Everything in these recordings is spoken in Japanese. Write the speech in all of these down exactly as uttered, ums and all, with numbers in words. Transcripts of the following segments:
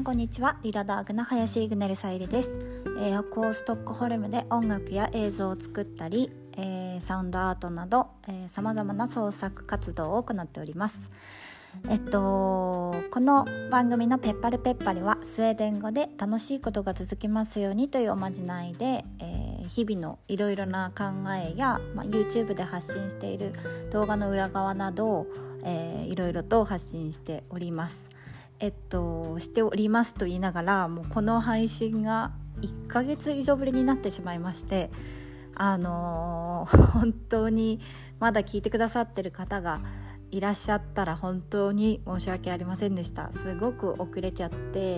んこんにちは。リラダーグの林イグネルサイリです、えー、北欧ストックホルムで音楽や映像を作ったり、えー、サウンドアートなどさまざまな創作活動を行っております。えっとこの番組のペッパルペッパリはスウェーデン語で楽しいことが続きますようにというおまじないで、えー、日々のいろいろな考えや、まあ、YouTube で発信している動画の裏側などを、えー、いろいろと発信しております。えっとしておりますと言いながら、もうこの配信がいっかげつ以上ぶりになってしまいまして、あのー、本当にまだ聞いてくださってる方がいらっしゃったら本当に申し訳ありませんでした。すごく遅れちゃって、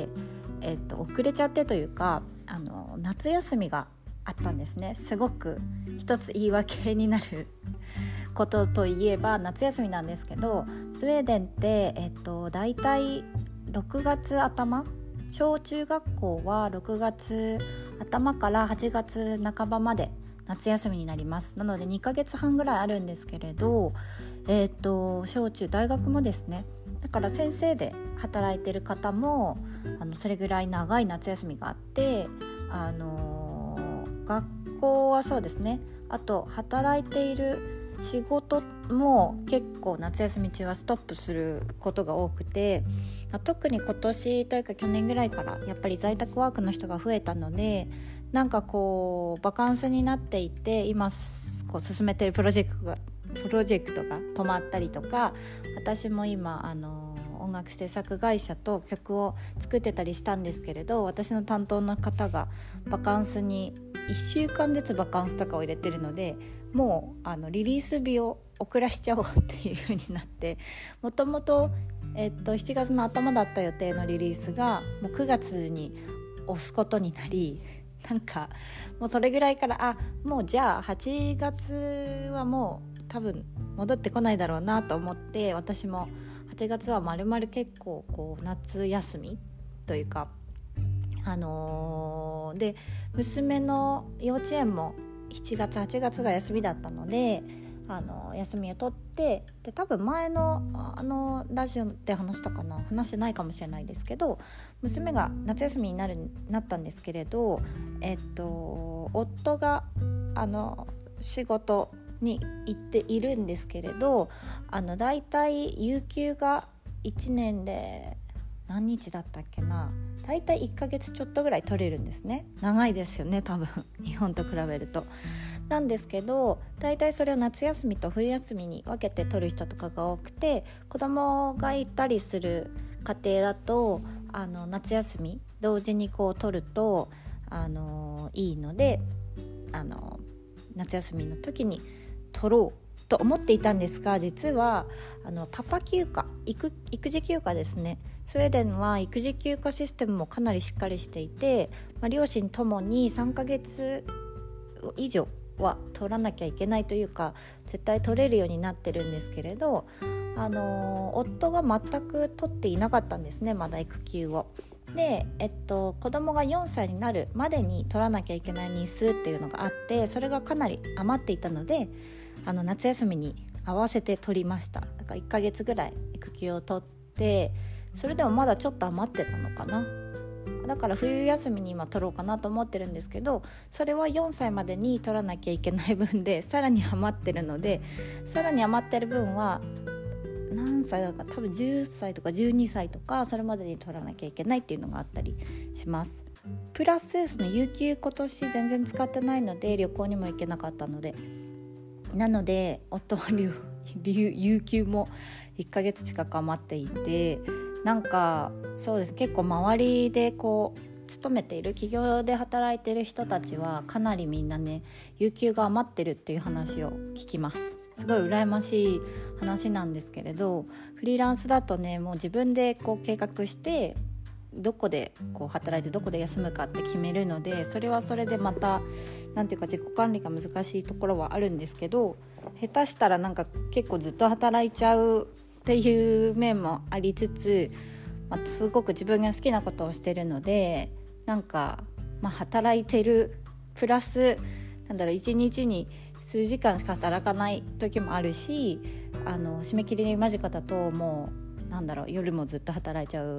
えっと、遅れちゃってというか、あの夏休みがあったんですね。すごく一つ言い訳になることといえば夏休みなんですけど、スウェーデンって、えっと、だいたいろくがつ頭、小中学校はろくがつ頭からはちがつなかばまで夏休みになります。なのでにかげつはんぐらいあるんですけれど、えっと、小中大学もですね、だから先生で働いてる方もあのそれぐらい長い夏休みがあって、あの学校はそうですね、あと働いている仕事も結構夏休み中はストップすることが多くて、特に今年というか去年ぐらいからやっぱり在宅ワークの人が増えたので、なんかこうバカンスになっていて、今こう進めているプロジェクトがプロジェクトが止まったりとか、私も今あの音楽制作会社と曲を作ってたりしたんですけれど、私の担当の方がバカンスにいっしゅうかんずつバカンスとかを入れてるので、もうあのリリース日を遅らしちゃおうっていう風になって、もともと、えっと、しちがつの頭だった予定のリリースがもうくがつに押すことになり、なんかもうそれぐらいからあもうじゃあはちがつはもう多分戻ってこないだろうなと思って、私もはちがつはまるまる結構こう夏休みというか、あのー、で娘の幼稚園もしちがつはちがつが休みだったので、あの休みを取って、で多分前のあのラジオで話したかな、話してないかもしれないですけど、娘が夏休みになるなったんですけれど、えっと夫があの仕事に行っているんですけれど、あのだいたい有給がいちねんで何日だったっけな、だいたいいっかげつちょっとぐらい取れるんですね。長いですよね多分日本と比べると。なんですけど、だいたいそれを夏休みと冬休みに分けて取る人とかが多くて、子供がいたりする家庭だとあの夏休み同時にこう取るとあのいいので、あの夏休みの時に取ろうと思っていたんですが、実はあのパパ休暇 育, 育児休暇ですね。スウェーデンは育児休暇システムもかなりしっかりしていて、まあ、両親ともにさんかげつ以上は取らなきゃいけないというか、絶対取れるようになってるんですけれど、あの夫が全く取っていなかったんですね、まだ育休を。で、えっと、子供がよんさいになるまでに取らなきゃいけない日数っていうのがあって、それがかなり余っていたので、あの夏休みに合わせて取りました。だからいっかげつぐらい育休を取って、それでもまだちょっと余ってたのかな。だから冬休みに今取ろうかなと思ってるんですけど、それはよんさいまでに取らなきゃいけない分でさらに余ってるので、さらに余ってる分は何歳だか、多分じゅっさいとかじゅうにさいとか、それまでに取らなきゃいけないっていうのがあったりします。プラスその有給今年全然使ってないので、旅行にも行けなかったので、なので夫は有給もいっかげつ近く余っていて、なんかそうです、結構周りでこう勤めている企業で働いている人たちはかなりみんなね、有給が余ってるっていう話を聞きます。すごい羨ましい話なんですけれど、フリーランスだとね、もう自分でこう計画してどこでこう働いてどこで休むかって決めるので、それはそれでまたなんていうか自己管理が難しいところはあるんですけど、下手したらなんか結構ずっと働いちゃうっていう面もありつつ、まあ、すごく自分が好きなことをしてるので、なんか、まあ、働いてるプラスなんだろう、いちにちに数時間しか働かない時もあるし、あの締め切り間近だともうなんだろう、夜もずっと働いちゃう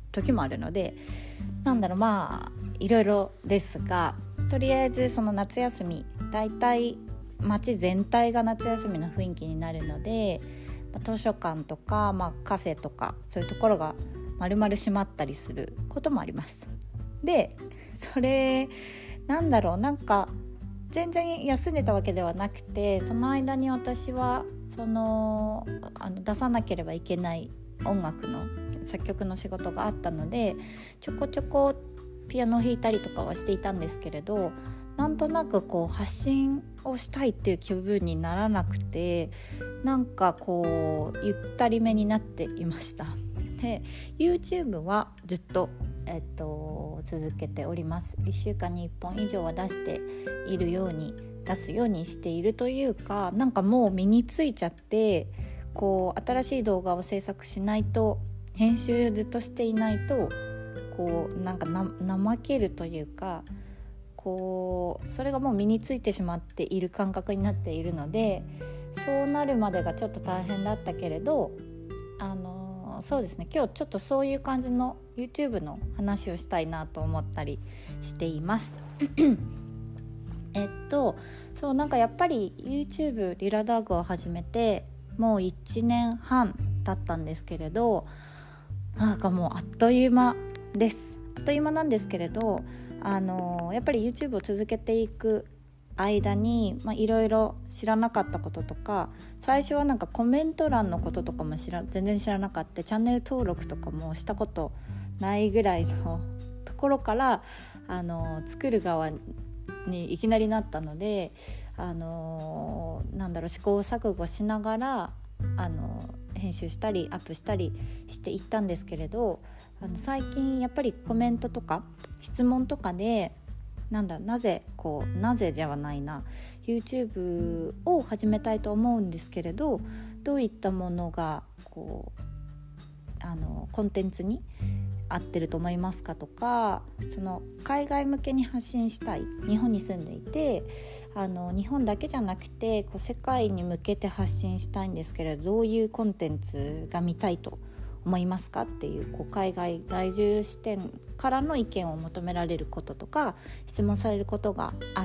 時もあるので、なんだろうまあいろいろですが、とりあえずその夏休みだいたい街全体が夏休みの雰囲気になるので、図書館とか、まあ、カフェとかそういうところが丸々閉まったりすることもあります。でそれなんだろうなんか全然休んでたわけではなくて、その間に私はそのあの出さなければいけない音楽の作曲の仕事があったので、ちょこちょこピアノを弾いたりとかはしていたんですけれど、なんとなくこう発信をしたいっていう気分にならなくて、なんかこうゆったりめになっていました。で YouTube はずっと、えっと、続けております。いっしゅうかんにいっぽん以上は出しているように出すようにしているというか、なんかもう身についちゃって、こう新しい動画を制作しないと、編集ずっとしていないとこうなんかな怠けるというか、こうそれがもう身についてしまっている感覚になっているので、そうなるまでがちょっと大変だったけれど、あのそうですね今日ちょっとそういう感じの YouTube の話をしたいなと思ったりしていますえっとそうなんかやっぱり YouTube リラダーグを始めてもういちねんはん経ったんですけれど、なんかもうあっという間ですあっという間なんですけれど、あのやっぱり YouTube を続けていく間にいろいろ知らなかったこととか、最初はなんかコメント欄のこととかも知ら全然知らなかった、チャンネル登録とかもしたことないぐらいのところからあの作る側にいきなりなったので、あのなんだろう試行錯誤しながらあの編集したりアップしたりしていったんですけれど、あの最近やっぱりコメントとか質問とかでなんだなぜこうなぜじゃないな YouTube を始めたいと思うんですけれど、どういったものがこうあのコンテンツに合ってると思いますかとか、その海外向けに発信したい、日本に住んでいてあの日本だけじゃなくてこう世界に向けて発信したいんですけれど、どういうコンテンツが見たいと思いますかっていう、こう海外在住視点からの意見を求められることとか質問されることがあって、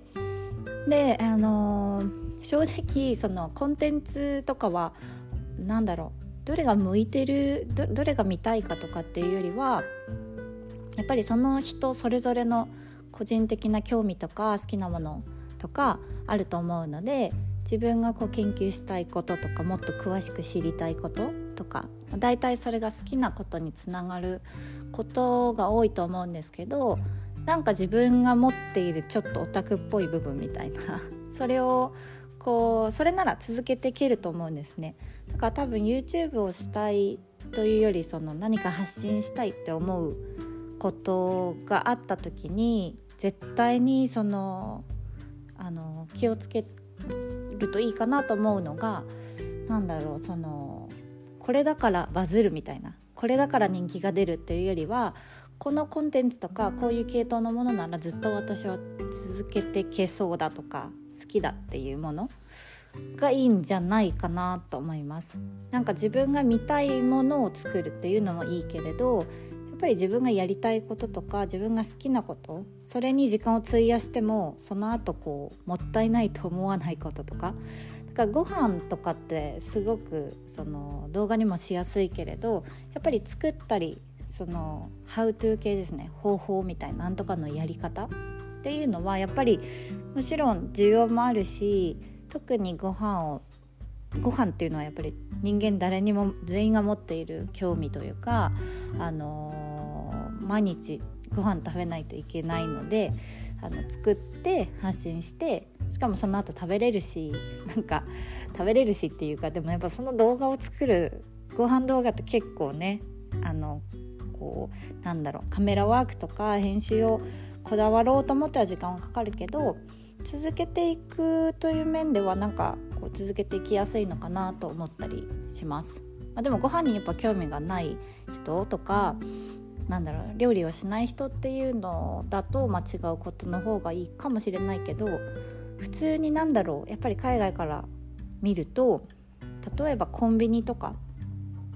で、あのー、正直そのコンテンツとかはなんだろうどれが向いてる ど, どれが見たいかとかっていうよりは、やっぱりその人それぞれの個人的な興味とか好きなものとかあると思うので、自分がこう研究したいこととかもっと詳しく知りたいこととか、だいたいそれが好きなことにつながることが多いと思うんですけど、なんか自分が持っているちょっとオタクっぽい部分みたいなそれをこうそれなら続けていけると思うんですね。だから多分 YouTube をしたいというより、その何か発信したいって思うことがあった時に絶対にそのあの気をつけるといいかなと思うのが、なんだろうそのこれだからバズるみたいな、これだから人気が出るっていうよりは、このコンテンツとかこういう系統のものならずっと私は続けてけそうだとか好きだっていうものがいいんじゃないかなと思います。なんか自分が見たいものを作るっていうのもいいけれど、やっぱり自分がやりたいこととか自分が好きなこと、それに時間を費やしてもその後こうもったいないと思わないこととか、だからご飯とかってすごくその動画にもしやすいけれど、やっぱり作ったりその How to 系ですね、方法みたいななんとかのやり方っていうのはやっぱりもちろん需要もあるし、特にご飯をご飯っていうのはやっぱり人間誰にも全員が持っている興味というか、あのー、毎日ご飯食べないといけないので、あの作って発信して、しかもその後食べれるし、なんか食べれるしっていうか、でもやっぱその動画を作るご飯動画って結構ね、あのこうなんだろうカメラワークとか編集をこだわろうと思ったら時間はかかるけど、続けていくという面ではなんかこう続けていきやすいのかなと思ったりします。まあ、でもご飯にやっぱ興味がない人とか、なんだろう料理をしない人っていうのだと、まあ、違うことの方がいいかもしれないけど、普通になんだろうやっぱり海外から見ると、例えばコンビニとか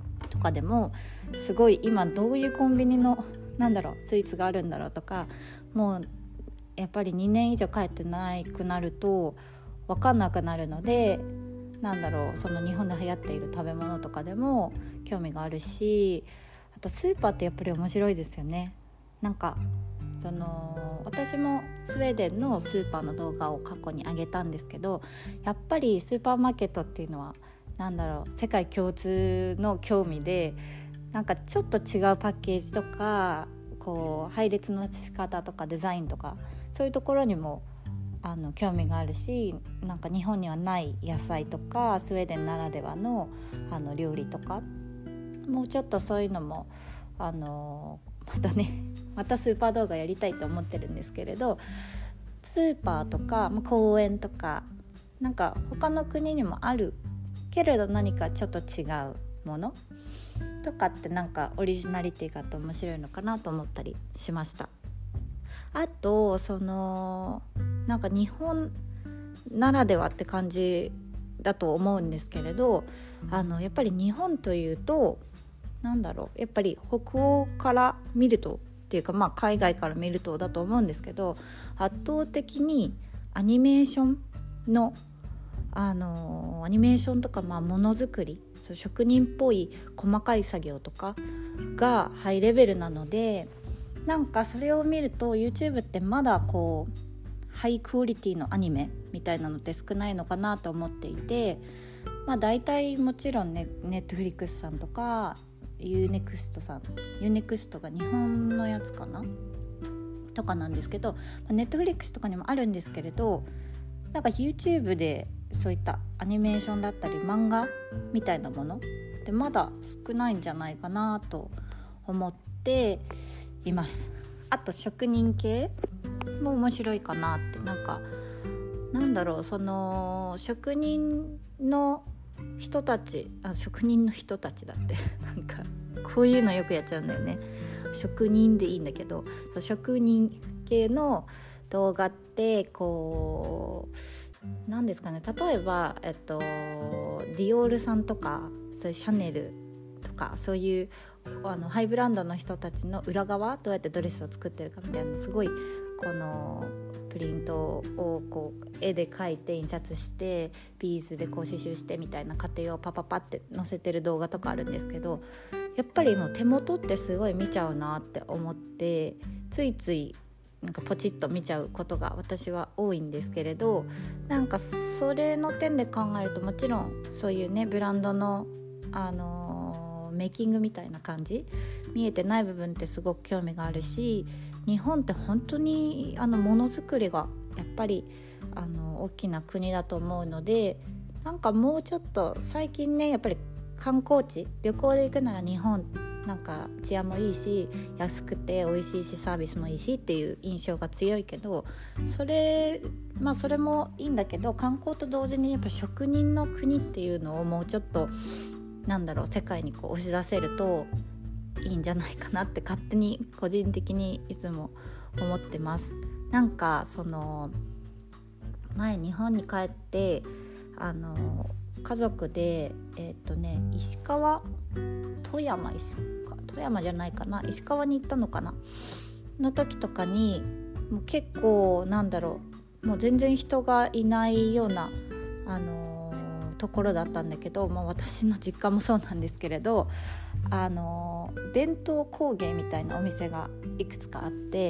かでもすごい今どういうコンビニのなんだろうスイーツがあるんだろうとか、もうやっぱりにねん以上帰ってなくなると分かんなくなるので、なんだろうその日本で流行っている食べ物とかでも興味があるし、あとスーパーってやっぱり面白いですよね。なんかその私もスウェーデンのスーパーの動画を過去に上げたんですけど、やっぱりスーパーマーケットっていうのはなんだろう世界共通の興味で、なんかちょっと違うパッケージとかこう配列の仕方とかデザインとかそういうところにもあの興味があるし、なんか日本にはない野菜とかスウェーデンならではの、あの料理とかもうちょっとそういうのもあのまたねまたスーパー動画やりたいと思ってるんですけれど、スーパーとか公園とかなんか他の国にもあるけれど何かちょっと違うものとかってなんかオリジナリティがあって面白いのかなと思ったりしました。あとそのなんか日本ならではって感じだと思うんですけれど、あのやっぱり日本というとなんだろうやっぱり北欧から見るとっていうか、まあ海外から見るとだと思うんですけど、圧倒的にアニメーションのあのアニメーションとかまあものづくり、そう職人っぽい細かい作業とかがハイレベルなので、なんかそれを見ると YouTube ってまだこうハイクオリティのアニメみたいなのって少ないのかなと思っていて、まあ大体もちろんね Netflix さんとか ユーネクスト さん ユーネクスト が日本のやつかなとかなんですけど、Netflix とかにもあるんですけれど、なんか YouTube でそういったアニメーションだったり漫画みたいなものでまだ少ないんじゃないかなと思っています。あと職人系も面白いかなって、なんかなんだろうその職人の人たちあ職人の人たちだってなんかこういうのよくやっちゃうんだよね。職人でいいんだけど、職人系の動画ってこうなんですかね、例えば、えっと、ディオールさんとかそういうシャネルとかそういうあのハイブランドの人たちの裏側どうやってドレスを作ってるかみたいなすごいこのプリントをこう絵で描いて印刷してビーズでこう刺繍してみたいな過程をパパパって載せてる動画とかあるんですけど、やっぱりもう手元ってすごい見ちゃうなって思ってついついなんかポチッと見ちゃうことが私は多いんですけれど、なんかそれの点で考えるともちろんそういうねブランドの、あのー、メイキングみたいな感じ見えてない部分ってすごく興味があるし、日本って本当にあのものづくりがやっぱりあの大きな国だと思うので、なんかもうちょっと最近ねやっぱり観光地旅行で行くなら日本なんか治安もいいし安くて美味しいしサービスもいいしっていう印象が強いけど、それまあそれもいいんだけど観光と同時にやっぱ職人の国っていうのをもうちょっとなんだろう世界にこう押し出せるといいんじゃないかなって勝手に個人的にいつも思ってます。なんかその前日本に帰ってあの家族でえっとね石川富山石川富山じゃないかな石川に行ったのかなの時とかにもう結構なんだろうもう全然人がいないようなあのー、ところだったんだけど、まあ、私の実家もそうなんですけれどあのー、伝統工芸みたいなお店がいくつかあって、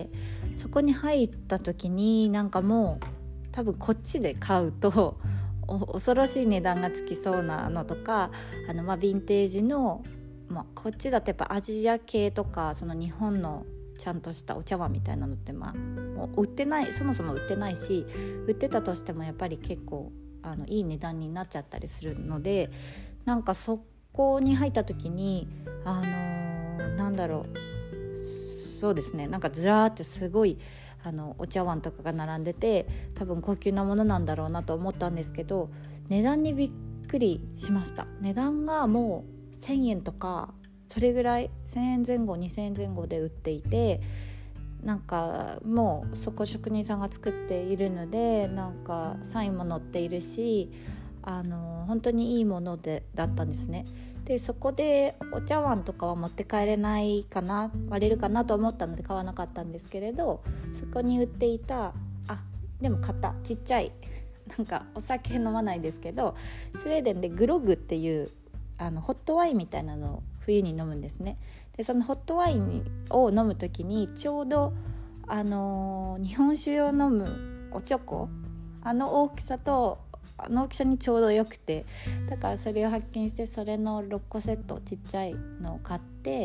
そこに入った時になんかもう多分こっちで買うと恐ろしい値段がつきそうなのとかあの、まあ、ヴィンテージの、まあ、こっちだとやっぱアジア系とかその日本のちゃんとしたお茶碗みたいなのって、まあ、もう売ってないそもそも売ってないし売ってたとしてもやっぱり結構あのいい値段になっちゃったりするので、なんかそこに入った時にあのー、なんだろうそうですねなんかずらーってすごいあのお茶碗とかが並んでて多分高級なものなんだろうなと思ったんですけど、値段にびっくりしました。値段がもうせんえんとかそれぐらいせんえんぜん後にせんえんぜん後で売っていて、なんかもうそこ職人さんが作っているのでなんかサインも載っているしあの本当にいいものでだったんですね。 でそこでお茶碗とかは持って帰れないかな、割れるかなと思ったので買わなかったんですけれど、そこに売っていた、あでも買った、ちっちゃい、なんかお酒飲まないですけど、スウェーデンでグログっていうあのホットワインみたいなのを冬に飲むんですね。でそのホットワインを飲むときにちょうど、あのー、日本酒を飲むおちょこ、あの大きさとあの大きさにちょうどよくて、だからそれを発見して、それのろっこセットちっちゃいのを買って、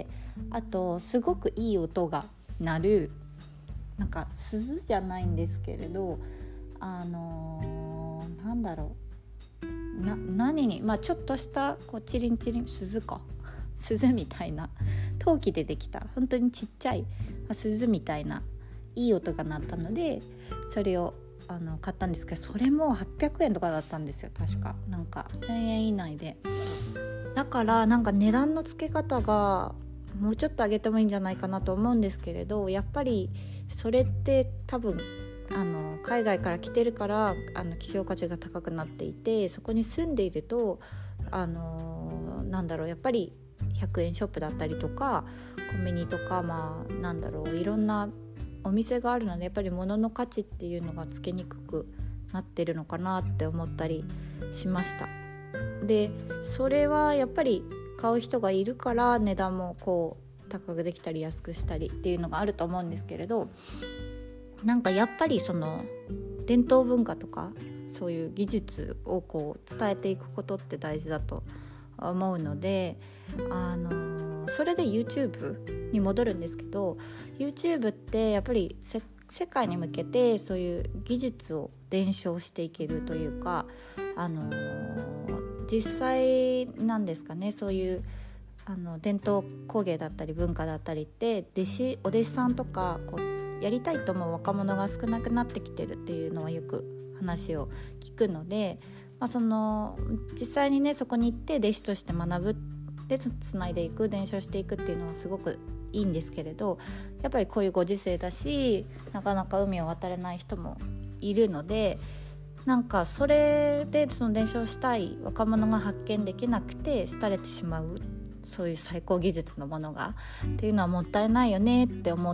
あとすごくいい音が鳴る、なんか鈴じゃないんですけれど、あのー、なんだろうな、何に、まあ、ちょっとしたこうチリンチリン、鈴か鈴みたいな、陶器でできた本当にちっちゃい、まあ、鈴みたいないい音が鳴ったので、それをあの買ったんですけど、それもはっぴゃくえんとかだったんですよ、確か。なんかせんえん以内で、だからなんか値段の付け方がもうちょっと上げてもいいんじゃないかなと思うんですけれど、やっぱりそれって多分あの海外から来てるから、あの希少価値が高くなっていて、そこに住んでいると、あのなんだろう、やっぱりひゃくえんショップだったりとかコンビニとか、まあなんだろう、いろんなお店があるので、やっぱり物の価値っていうのがつけにくくなってるのかなって思ったりしました。でそれはやっぱり買う人がいるから値段もこう高くできたり安くしたりっていうのがあると思うんですけれど、なんかやっぱりその伝統文化とかそういう技術をこう伝えていくことって大事だと思うので、あのそれで YouTube に戻るんですけど、 YouTube ってやっぱりせ世界に向けてそういう技術を伝承していけるというか、あの実際なんですかね、そういうあの伝統工芸だったり文化だったりって弟子お弟子さんとかこうやりたいと思う若者が少なくなってきてるっていうのはよく話を聞くので、まあ、その実際にねそこに行って弟子として学ぶでつないでいく、伝承していくっていうのはすごくいいんですけれど、やっぱりこういうご時世だし、なかなか海を渡れない人もいるので、なんかそれでその伝承したい若者が発見できなくて廃れてしまう、そういう最高技術のものがっていうのはもったいないよねって思って、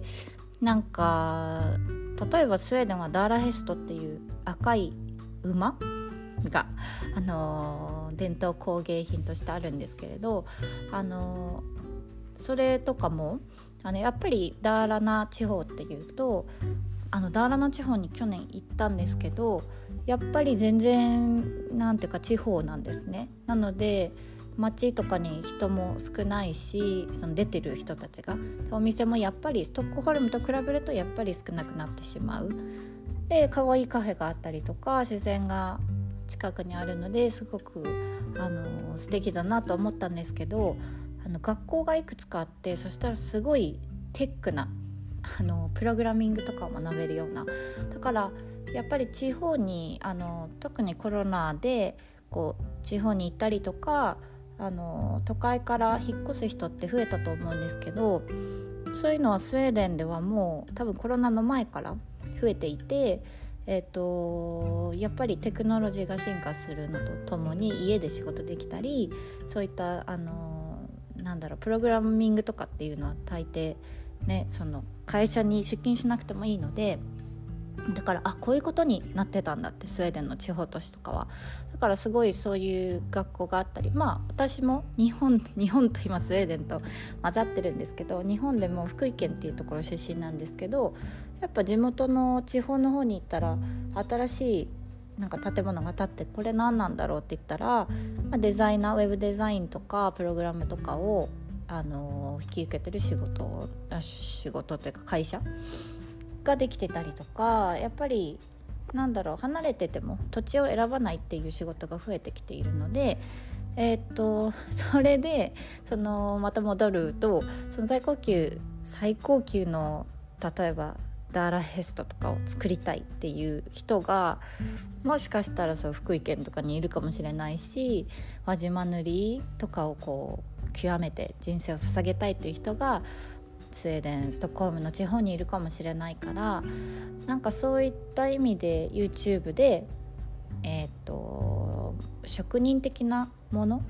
なんか例えばスウェーデンはダーラヘストっていう赤い馬が、あのー、伝統工芸品としてあるんですけれど、あのー、それとかもあのやっぱりダーラナ地方っていうと、あのダーラナ地方に去年行ったんですけど、やっぱり全然なんていうか地方なんですね。なので街とかに人も少ないし、その出てる人たちが、お店もやっぱりストックホルムと比べるとやっぱり少なくなってしまう。で可愛いカフェがあったりとか自然が近くにあるのですごくあの素敵だなと思ったんですけど、あの学校がいくつかあって、そしたらすごいテックなあのプログラミングとかを学べるような、だからやっぱり地方にあの特にコロナでこう地方に行ったりとか、あの都会から引っ越す人って増えたと思うんですけど、そういうのはスウェーデンではもう多分コロナの前から増えていて、えーと、やっぱりテクノロジーが進化するのとともに家で仕事できたり、そういったあのなんだろうプログラミングとかっていうのは大抵ね、その会社に出勤しなくてもいいので、だからあこういうことになってたんだって、スウェーデンの地方都市とかは。だからすごいそういう学校があったり、まあ私も日本日本と今スウェーデンと混ざってるんですけど、日本でも福井県っていうところ出身なんですけど、やっぱ地元の地方の方に行ったら新しいなんか建物が建って、これ何なんだろうって言ったら、まあ、デザイナー、ウェブデザインとかプログラムとかをあの引き受けてる仕事仕事というか会社ができてたりとか、やっぱりなんだろう離れてても土地を選ばないっていう仕事が増えてきているので、えー、っとそれでそのまた戻ると、その最高級最高級の例えばダーラヘストとかを作りたいっていう人がもしかしたらそう福井県とかにいるかもしれないし、輪島塗とかをこう極めて人生を捧げたいという人がスウェーデンストックホルムの地方にいるかもしれないから、なんかそういった意味で YouTube で、えー、と職人的なもの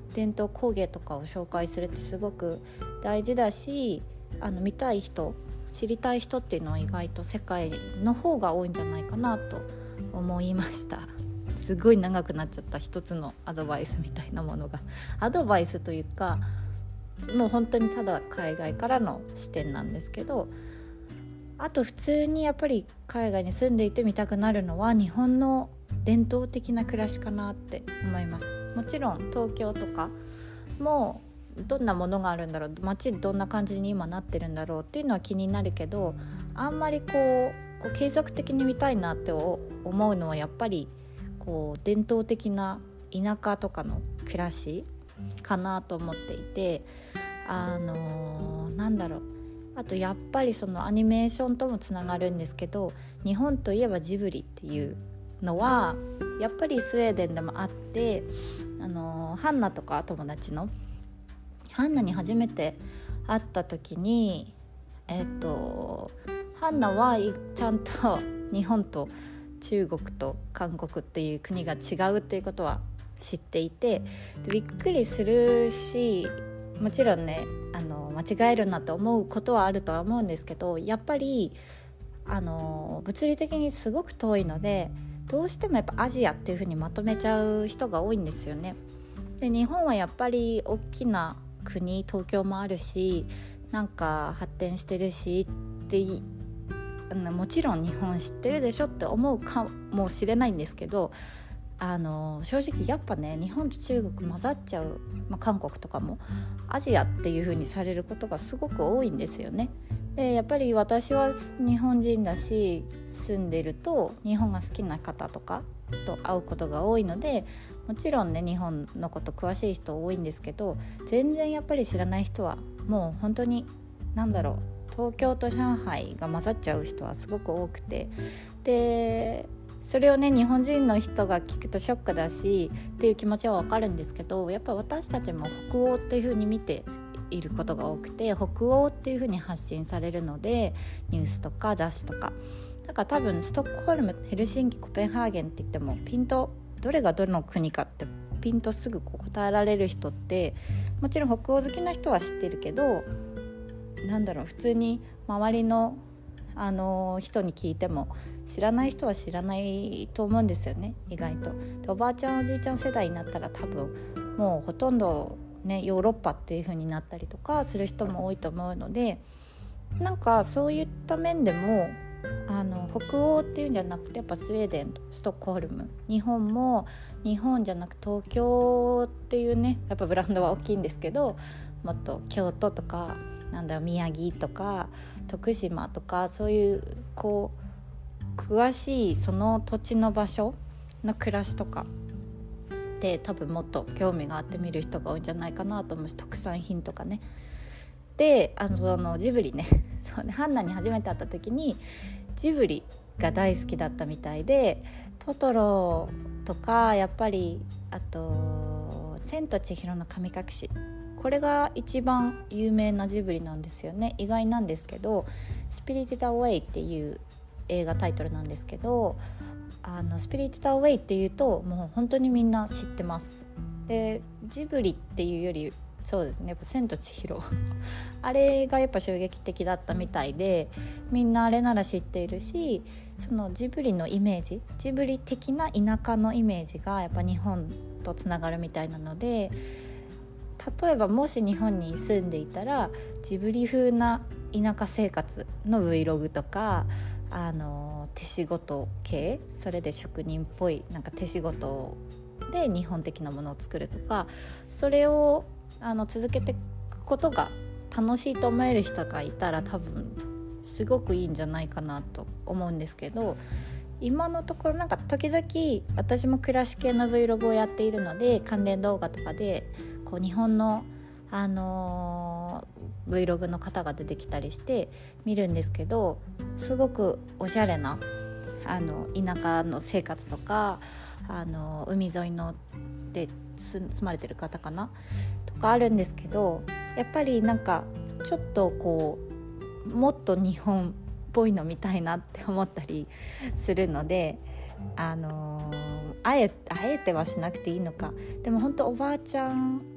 伝統工芸とかを紹介するってすごく大事だし、あの見たい人知りたい人っていうのは意外と世界の方が多いんじゃないかなと思いました。すごい長くなっちゃった一つのアドバイスみたいなものがアドバイスというかもう本当にただ海外からの視点なんですけど、あと普通にやっぱり海外に住んでいてみたくなるのは日本の伝統的な暮らしかなって思います。もちろん東京とかもどんなものがあるんだろう、街どんな感じに今なってるんだろうっていうのは気になるけど、あんまりこう、こう継続的に見たいなって思うのはやっぱりこう伝統的な田舎とかの暮らしかなと思っていて、あのー、なんだろうあとやっぱりそのアニメーションともつながるんですけど、日本といえばジブリっていうのはやっぱりスウェーデンでもあって、あのー、ハンナとか友達のハンナに初めて会った時にえっとハンナはちゃんと日本と中国と韓国っていう国が違うっていうことは知っていて、でびっくりするし、もちろんねあの間違えるなと思うことはあるとは思うんですけど、やっぱりあの物理的にすごく遠いのでどうしてもやっぱアジアっていう風にまとめちゃう人が多いんですよね。で日本はやっぱり大きな国、東京もあるしなんか発展してるしってもちろん日本知ってるでしょって思うかもしれないんですけど、あの正直やっぱね日本と中国混ざっちゃう、まあ、韓国とかもアジアっていう風にされることがすごく多いんですよね。でやっぱり私は日本人だし住んでると日本が好きな方とかと会うことが多いので、もちろんね日本のこと詳しい人多いんですけど、全然やっぱり知らない人はもう本当になんだろう東京と上海が混ざっちゃう人はすごく多くて、でそれをね日本人の人が聞くとショックだしっていう気持ちはわかるんですけど、やっぱ私たちも北欧っていう風に見ていることが多くて、北欧っていう風に発信されるのでニュースとか雑誌とかだから多分ストックホルム、ヘルシンキ、コペンハーゲンって言ってもピンとどれがどの国かってピンとすぐ答えられる人ってもちろん北欧好きな人は知ってるけど、なんだろう普通に周りの、あのー、人に聞いても知らない人は知らないと思うんですよね意外と。でおばあちゃんおじいちゃん世代になったら多分もうほとんどねヨーロッパっていう風になったりとかする人も多いと思うので、なんかそういった面でもあの北欧っていうんじゃなくてやっぱスウェーデン、ストックホルム、日本も日本じゃなく東京っていうねやっぱブランドは大きいんですけど、もっと京都とかなんだろう宮城とか徳島とかそういうこう詳しいその土地の場所の暮らしとかで多分もっと興味があって見る人が多いんじゃないかなと思うし、特産品とかね。であのそのジブリねそうねハンナに初めて会った時にジブリが大好きだったみたいで、トトロとかやっぱりあと千と千尋の神隠し、これが一番有名なジブリなんですよね。意外なんですけどスピリティドアウェイっていう映画タイトルなんですけど、あのスピリティドアウェイっていうともう本当にみんな知ってます。でジブリっていうよりそうですねやっぱ千と千尋あれがやっぱ衝撃的だったみたいで、みんなあれなら知っているし、そのジブリのイメージ、ジブリ的な田舎のイメージがやっぱ日本とつながるみたいなので、例えばもし日本に住んでいたらジブリ風な田舎生活の Vlog とかあの手仕事系、それで職人っぽいなんか手仕事で日本的なものを作るとか、それをあの続けていくことが楽しいと思える人がいたら多分すごくいいんじゃないかなと思うんですけど、今のところなんか時々私も暮らし系の Vlog をやっているので関連動画とかでこう日本の、あのー、Vlog の方が出てきたりして見るんですけど、すごくおしゃれなあの田舎の生活とかあの海沿いので住まれてる方かなとかあるんですけど、やっぱりなんかちょっとこうもっと日本っぽいの見たいなって思ったりするので、あのー、あえ、あえてはしなくていいのか、でも本当おばあちゃん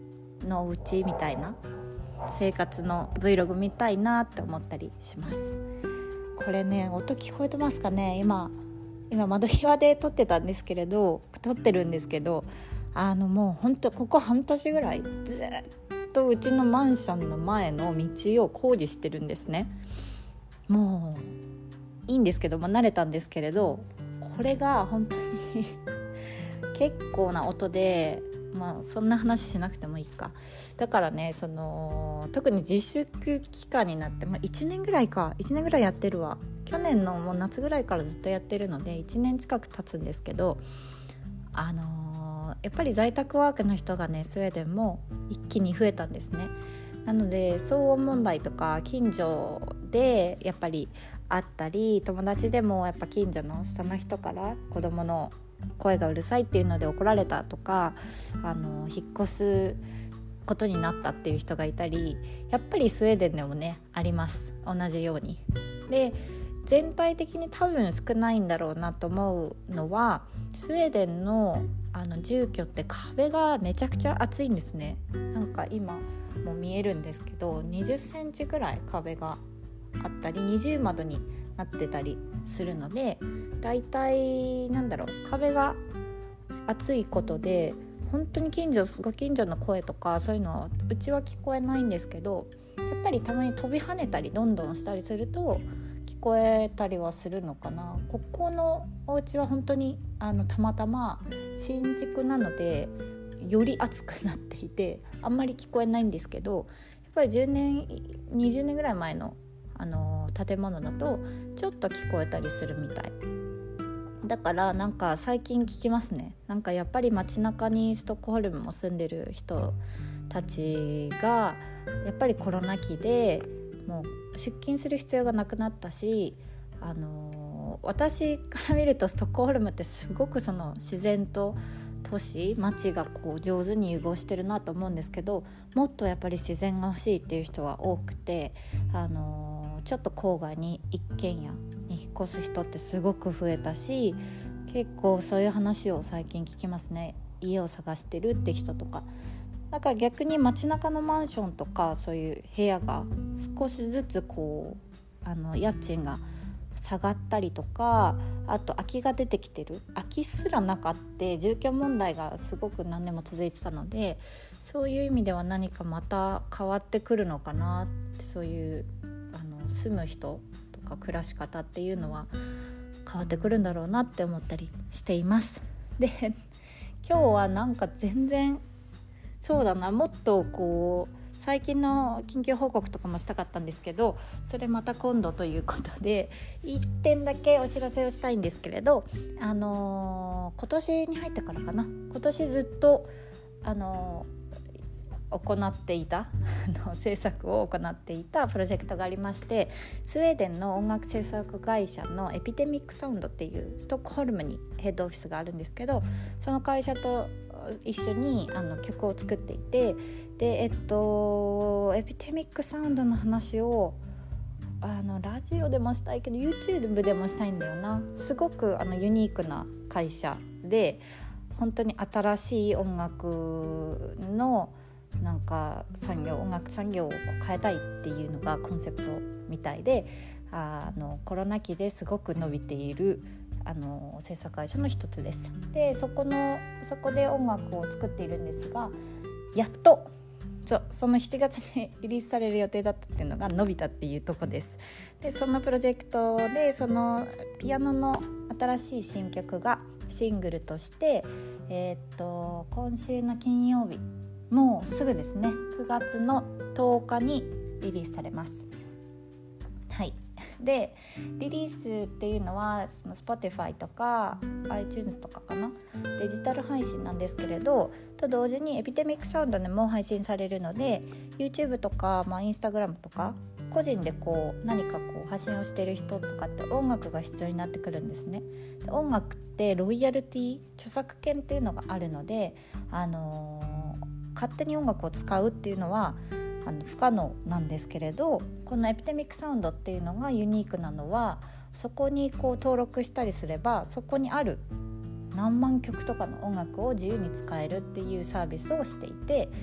のうちみたいな生活の Vlog 見たいなって思ったりします。これね、音聞こえてますかね。今今窓際で撮ってたんですけれど撮ってるんですけどあのもうほんとここ半年ぐらいずっとうちのマンションの前の道を工事してるんですね。もういいんですけど、まあ、慣れたんですけれど、これが本当に結構な音で、まあそんな話しなくてもいいか。だからね、その特に自粛期間になって、まあ、いちねんぐらいかいちねんぐらいやってるわ。去年のもう夏ぐらいからずっとやってるのでいちねん近く経つんですけど、あのーやっぱり在宅ワークの人がねスウェーデンも一気に増えたんですね。なので騒音問題とか近所でやっぱりあったり、友達でもやっぱ近所の下の人から子供の声がうるさいっていうので怒られたとか、あの引っ越すことになったっていう人がいたり、やっぱりスウェーデンでもねあります、同じように。で全体的に多分少ないんだろうなと思うのは、スウェーデンのあの住居って壁がめちゃくちゃ厚いんですね。なんか今も見えるんですけどにじゅっセンチぐらい壁があったり二重窓になってたりするので、だいたいなんだろう壁が厚いことで本当に近所ご近所の声とかそういうのはうちは聞こえないんですけど、やっぱりたまに飛び跳ねたりどんどんしたりすると聞こえたりはするのかな。ここのお家は本当にあのたまたま新築なのでより暑くなっていてあんまり聞こえないんですけど、やっぱりじゅうねんにじゅうねんぐらい前の、あの建物だとちょっと聞こえたりするみたいだから、なんか最近聞きますね。なんかやっぱり街中にストックホルムも住んでる人たちがやっぱりコロナ期でもう出勤する必要がなくなったし、あのー、私から見るとストックホルムってすごくその自然と都市街がこう上手に融合してるなと思うんですけど、もっとやっぱり自然が欲しいっていう人は多くて、あのー、ちょっと郊外に一軒家に引っ越す人ってすごく増えたし、結構そういう話を最近聞きますね。家を探してるって人とか。だから逆に街中のマンションとかそういう部屋が少しずつこうあの家賃が下がったりとか、あと空きが出てきてる、空きすらなかって住居問題がすごく何年も続いてたので、そういう意味では何かまた変わってくるのかなって、そういうあの住む人とか暮らし方っていうのは変わってくるんだろうなって思ったりしています。で今日はなんか全然そうだな、もっとこう最近の緊急報告とかもしたかったんですけど、それまた今度ということでいってんだけお知らせをしたいんですけれど、あのー、今年に入ってからかな、今年ずっとあのー行っていた制作を行っていたプロジェクトがありまして、スウェーデンの音楽制作会社のエピデミックサウンドっていうストックホルムにヘッドオフィスがあるんですけど、その会社と一緒にあの曲を作っていて、でえっとエピデミックサウンドの話をあのラジオでもしたいけど YouTube でもしたいんだよな。すごくあのユニークな会社で、本当に新しい音楽のなんか産業音楽産業をこう変えたいっていうのがコンセプトみたいで、あのコロナ期ですごく伸びているあの制作会社の一つです。でそこのそこで音楽を作っているんですが、やっとそ, そのしちがつにリリースされる予定だったっていうのが伸びたっていうとこです。でそのプロジェクトでそのピアノの新しい新曲がシングルとして、えー、っと今週の金曜日、もうすぐですね、くがつのとおかにリリースされます。はい。でリリースっていうのはその Spotify とか iTunes とかかな、デジタル配信なんですけれど、と同時にエピデミックサウンドでも配信されるので YouTube とか、まあ、Instagram とか個人でこう何かこう発信をしている人とかって音楽が必要になってくるんですね。で音楽ってロイヤルティ著作権っていうのがあるので、あのー勝手に音楽を使うっていうのはあの不可能なんですけれど、このエピデミックサウンドっていうのがユニークなのは、そこにこう登録したりすればそこにある何万曲とかの音楽を自由に使えるっていうサービスをしていて、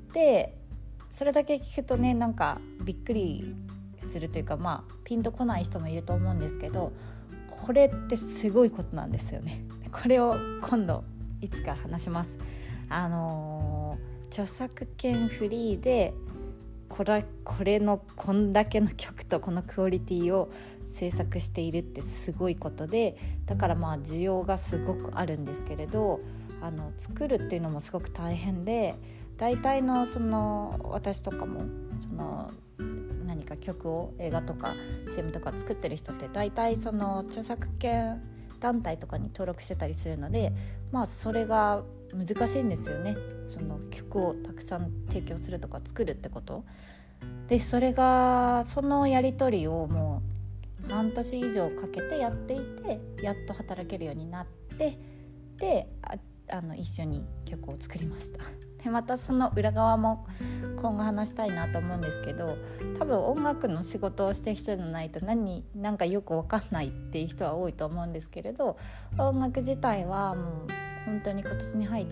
でそれだけ聞くとねなんかびっくりするというか、まあピンとこない人もいると思うんですけど、これってすごいことなんですよね。これを今度いつか話します。あのー、著作権フリーでこれ、これのこんだけの曲とこのクオリティを制作しているってすごいことで、だからまあ需要がすごくあるんですけれど、あの作るっていうのもすごく大変で、大体のその私とかもその何か曲を映画とか シーエム とか作ってる人って大体その著作権団体とかに登録してたりするので、まあそれが難しいんですよね。その曲をたくさん提供するとか作るってことで、それがそのやり取りをもう半年以上かけてやっていて、やっと働けるようになって、で あ, あの一緒に曲を作りました。でまたその裏側も今後話したいなと思うんですけど、多分音楽の仕事をしてる人じゃないと何なんかよく分かんないっていう人は多いと思うんですけれど、音楽自体はもう本当に今年に入って、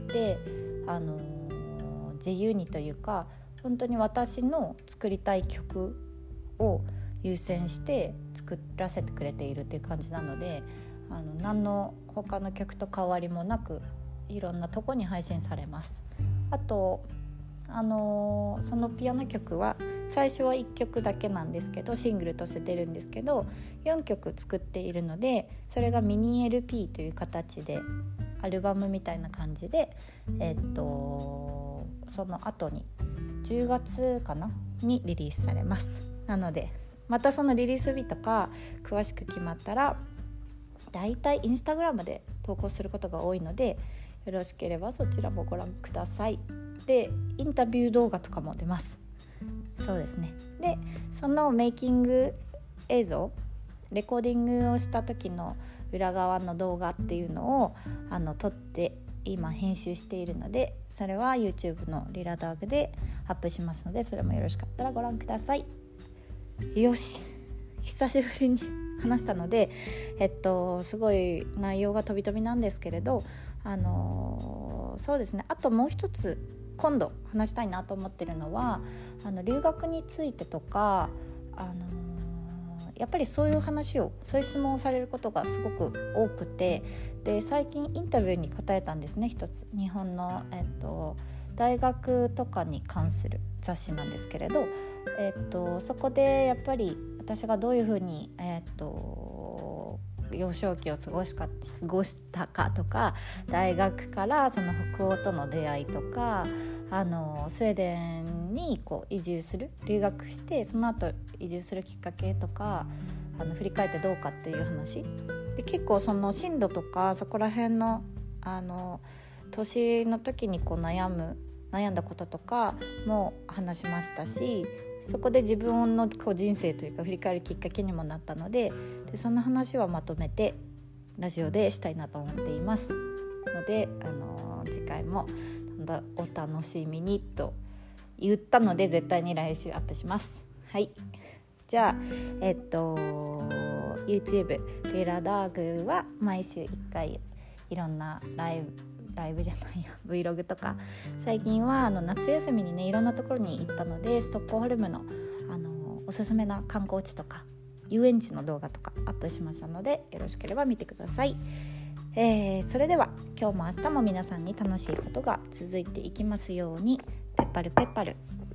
あのー、自由にというか本当に私の作りたい曲を優先して作らせてくれているっていう感じなので、あの何の他の曲と変わりもなくいろんなとこに配信されます。あと、あのー、そのピアノ曲は最初はいっきょくだけなんですけど、シングルとして出るんですけどよんきょく作っているので、それがミニ エルピー という形でアルバムみたいな感じで、えっとその後にじゅうがつかなにリリースされます。なのでまたそのリリース日とか詳しく決まったらだいたいインスタグラムで投稿することが多いので、よろしければそちらもご覧ください。でインタビュー動画とかも出ます。そうですね。でそのメイキング映像、レコーディングをした時の裏側の動画っていうのをあの撮って今編集しているので、それは YouTube のリラダーグでアップしますので、それもよろしかったらご覧ください。よし、久しぶりに話したので、えっとすごい内容が飛び飛びなんですけれど、あのー、そうですね。あともう一つ今度話したいなと思ってるのは、あの留学についてとか、あのー、やっぱりそういう話をそういう質問をされることがすごく多くて、で最近インタビューに答えたんですね。一つ日本の、えっと、大学とかに関する雑誌なんですけれど、えっと、そこでやっぱり私がどういうふうに、えっと、幼少期を過ごしか、過ごしたかとか、大学からその北欧との出会いとか、あのスウェーデンにこう移住する、留学してその後移住するきっかけとか、あの振り返ってどうかっていう話で、結構その進路とかそこら辺のあの年の時にこう悩む悩んだこととかも話しましたし、そこで自分のこう人生というか振り返るきっかけにもなったので、でその話はまとめてラジオでしたいなと思っていますので、あの次回もお楽しみにと言ったので、絶対に来週アップします。はい、じゃあえっと YouTube リラダーグは毎週いっかいいろんなライブライブじゃないや Vlog とか、最近はあの夏休みにねいろんなところに行ったので、ストックホルムの、あのおすすめな観光地とか遊園地の動画とかアップしましたので、よろしければ見てください。えー、それでは今日も明日も皆さんに楽しいことが続いていきますように。ペッパルペッパル。